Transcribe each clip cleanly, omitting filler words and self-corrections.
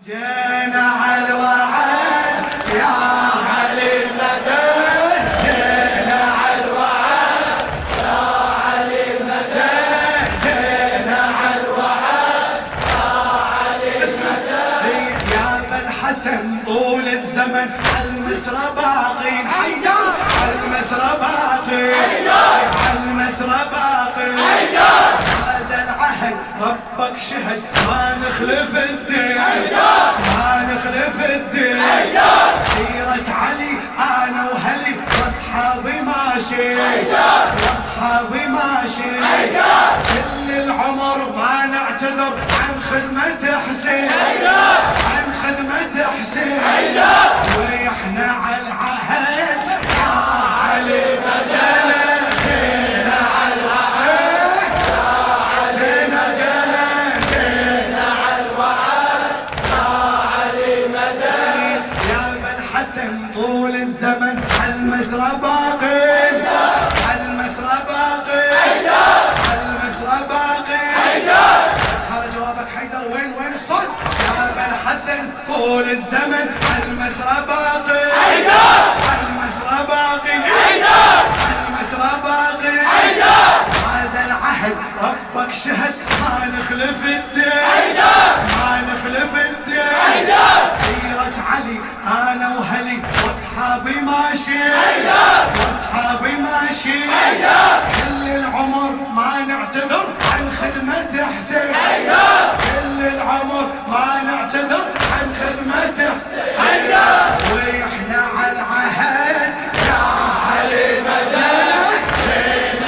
جينا على الوعد يا علي المدد، جينا على الوعد يا علي المدد، جينا على الوعد يا علي المدد. يا ابا الحسن طول الزمن عالمسرى باقين، حيدر عالمسرى باقين، عالمسرى باقين. هذا العهد ربك شهد ما نخلف الدين، ما نخلف الدين. سيرة علي انا وهلي واصحابي ماشي، واصحابي ماشي. كل العمر ما نعتذر عن خدمة حسين، عن خدمة حسين. واحنا على العهد يا علي جينا، جينا على الوعد جينا، جينا جينا على الوعد يا علي مدد. يا ابا الحسن طول الزمن عالمسرى باقين، عالمسرى باقين، عالمسرى باقين. اسهر جوابك حيدر، وين الصوت؟ يا ابا الحسن طول الزمن عالمسرى باقين، عالمسرى باقين، عالمسرى باقين. هذا العهد ربك شهد ما نخلف الدين، ما نخلف الدين. سيرة علي انا وهلي واصحابي ماشي، واصحابي ماشي. كل العمر ما نعتذر عن خدمة حسين، كل العمر ما نعتذر عن خدمة حسين. واحنا على العهد يا علي مدد، جينا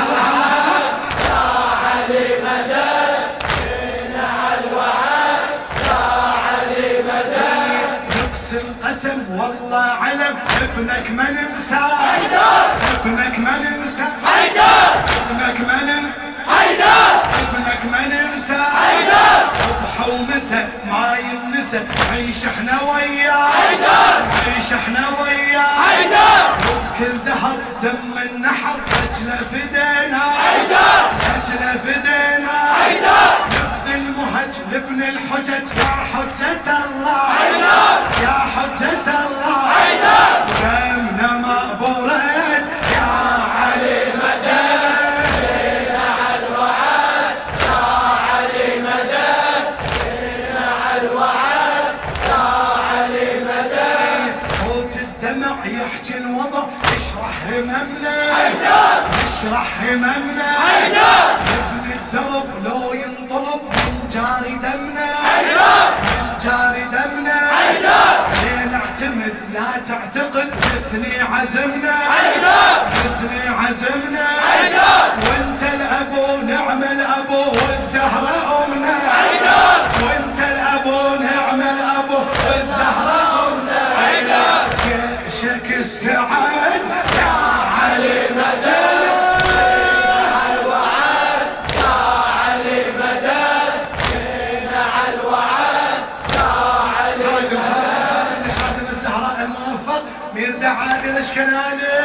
يا علي مدد، جينا على الوعد يا علي مدد. نقسم قسم والله علم ابنك ما ننساه، ابنك ما ننساه، ابنك ما ننساه، ابنك ما ننساه. صبح ومساء ما ينسى، عيش احنا وياه، عيش احنا وياه. وبكل دهر دم النحر رجله فدينا، رجله فدينا. نبذ المهج لابن الحجج يا حجة الله، يا حجة الله. دمنا مقبورين يا علي مدد، جينا على الوعد يا علي مدد، جينا على الوعد يا علي مدد. صوت الدمع يحكي الوضع، اشرح هممنا، اشرح هممنا. ابن الدرب لو ينطلب من جاري دمنا، من جاري دمنا. علينا اعتمد لا تعتقد، مثني عزمنا، مثني عزمنا. وانت الابو نعم الابو والزهرة امنا، وانت الابو نعم الابو والزهرة امنا. جيشك استعد يا علي مدد، على الوعد يا علي مدد، جينا على الوعد يا علي مدد. خادم لخادم الزهراء الموفق ميرزا عادل الاشكناني.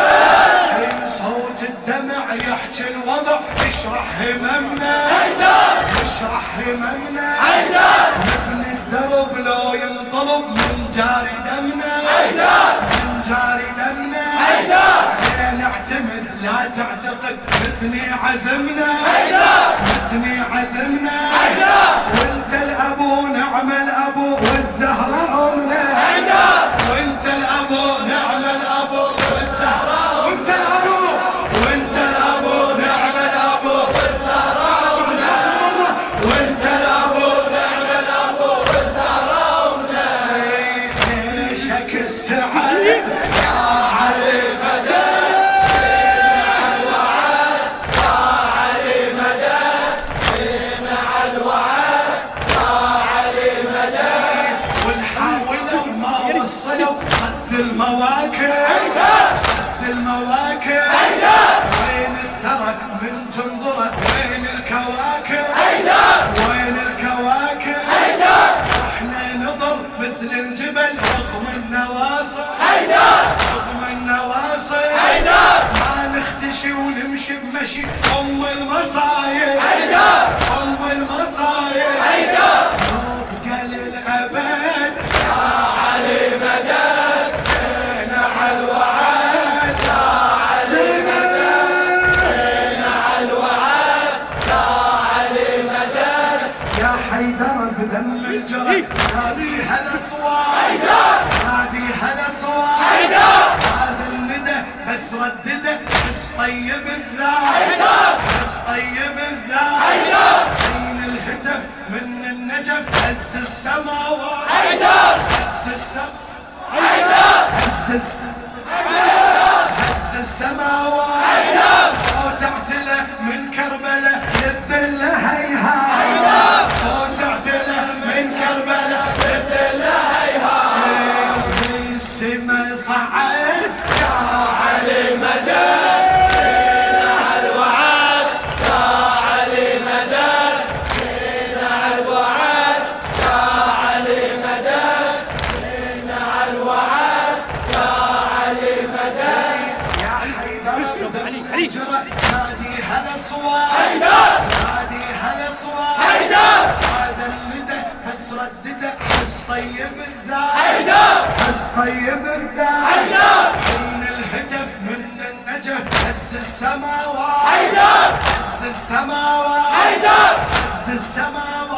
صوت الدمع يحكي الوضع، اشرح هممنا، اشرح هممنا. ابن الدرب لو ينطلب من جاري دمنا، من جاري دمنا. علينا اعتمد لا تعتقد، مثني عزمنا، مثني عزمنا. وانت الابو نعم الابو والزهراء امنا، وانت الابو نعم الابو والزهراء. وانت الابو، وانت الابو نعم الابو والزهراء. بعد اخر مره، وانت الابو نعم الابو والزهراء امنا. جيشك استعد يا علي مدد، على الوعد يا علي مدد، جينا على الوعد يا علي مدد. ونحاولوا ما وصلوا صد المواكب، صد المواكب. وين الثرى من تنظره، وين الكواكب، وين الكواكب. احنا نظر مثل الجبل رغم النواصب، رغم النواصب. ما نختشي ونمشي بمشي ام المصايب، ام المصايب. نبقى أبد يا علي مدد جينا عالوعد يا علي مدد جينا عالوعد يا علي مدد يا حيدر بدم الجرح ناديها الأصوات ناديها الأصوات هذا الندى بس ردده بس طيب الذات بس طيب الذات حين الهتف من النجف هز السماوات هز السماوات هز السماوات صوت اعتلى من كربلاء للذل هيهات صوت اعتلى من كربلاء للذل هيهات السما صعد يا علي مجد ناديها الأصوات ناديها الأصوات هذا الندى بس ردده حس طيب الذات حس طيب الذات حين الهتف من النجف هز السماوات هز السماوات هز السماوات